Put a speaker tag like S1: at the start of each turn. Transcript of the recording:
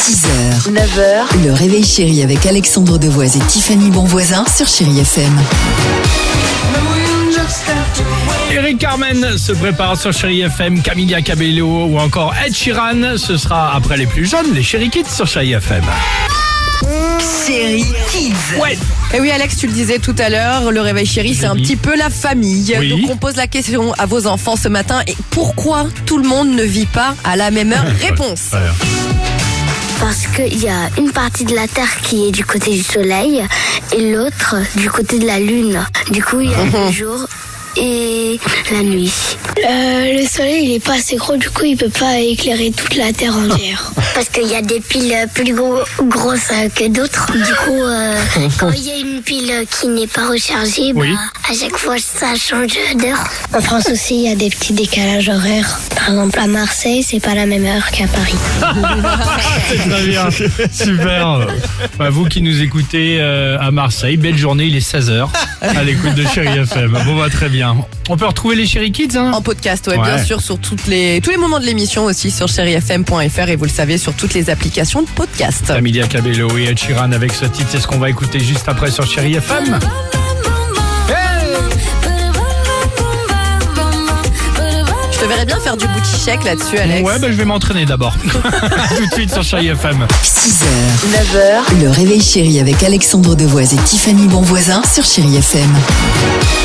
S1: 6h, 9h, le réveil chéri avec Alexandre Devoise et Tiffany Bonvoisin sur Chéri FM.
S2: Eric Carmen se prépare sur Chéri FM, Camila Cabello ou encore Ed Sheeran. Ce sera après les plus jeunes, les Chéri Kids sur Chéri FM.
S1: Chéri Kids.
S2: Ouais.
S3: Et oui Alex, tu le disais tout à l'heure, le réveil chéri c'est un petit peu la famille.
S2: Oui.
S3: Donc on pose la question à vos enfants ce matin, et pourquoi tout le monde ne vit pas à la même heure? Réponse.
S4: Parce qu'il y a une partie de la Terre qui est du côté du soleil et l'autre du côté de la Lune. Du coup, il y a le jour et la nuit.
S5: Le soleil, il est pas assez gros, du coup, il peut pas éclairer toute la Terre entière.
S4: Parce qu'il y a des piles plus grosses que d'autres. Du coup, quand il y a une pile qui n'est pas rechargée,
S2: Oui.
S4: à chaque fois, ça change d'heure.
S5: En France aussi, il y a des petits décalages horaires. Par exemple, à Marseille, c'est pas la même heure qu'à Paris.
S2: C'est très bien, super. Vous qui nous écoutez à Marseille, belle journée, il est 16h à l'écoute de Chéri FM. Bon, très bien. On peut retrouver les Chéri Kids
S3: En podcast, ouais, bien sûr, sur tous les moments de l'émission aussi sur chérifm.fr et vous le savez sur toutes les applications de podcast.
S2: Camila Cabello et Ed Sheeran avec ce titre, c'est ce qu'on va écouter juste après sur Chéri FM.
S3: Je te verrais bien faire du booty check là-dessus, Alex.
S2: Ouais, je vais m'entraîner d'abord. Tout de suite sur Chéri FM.
S1: 6h, 9h, le réveil chéri avec Alexandre Devoise et Tiffany Bonvoisin sur Chéri FM.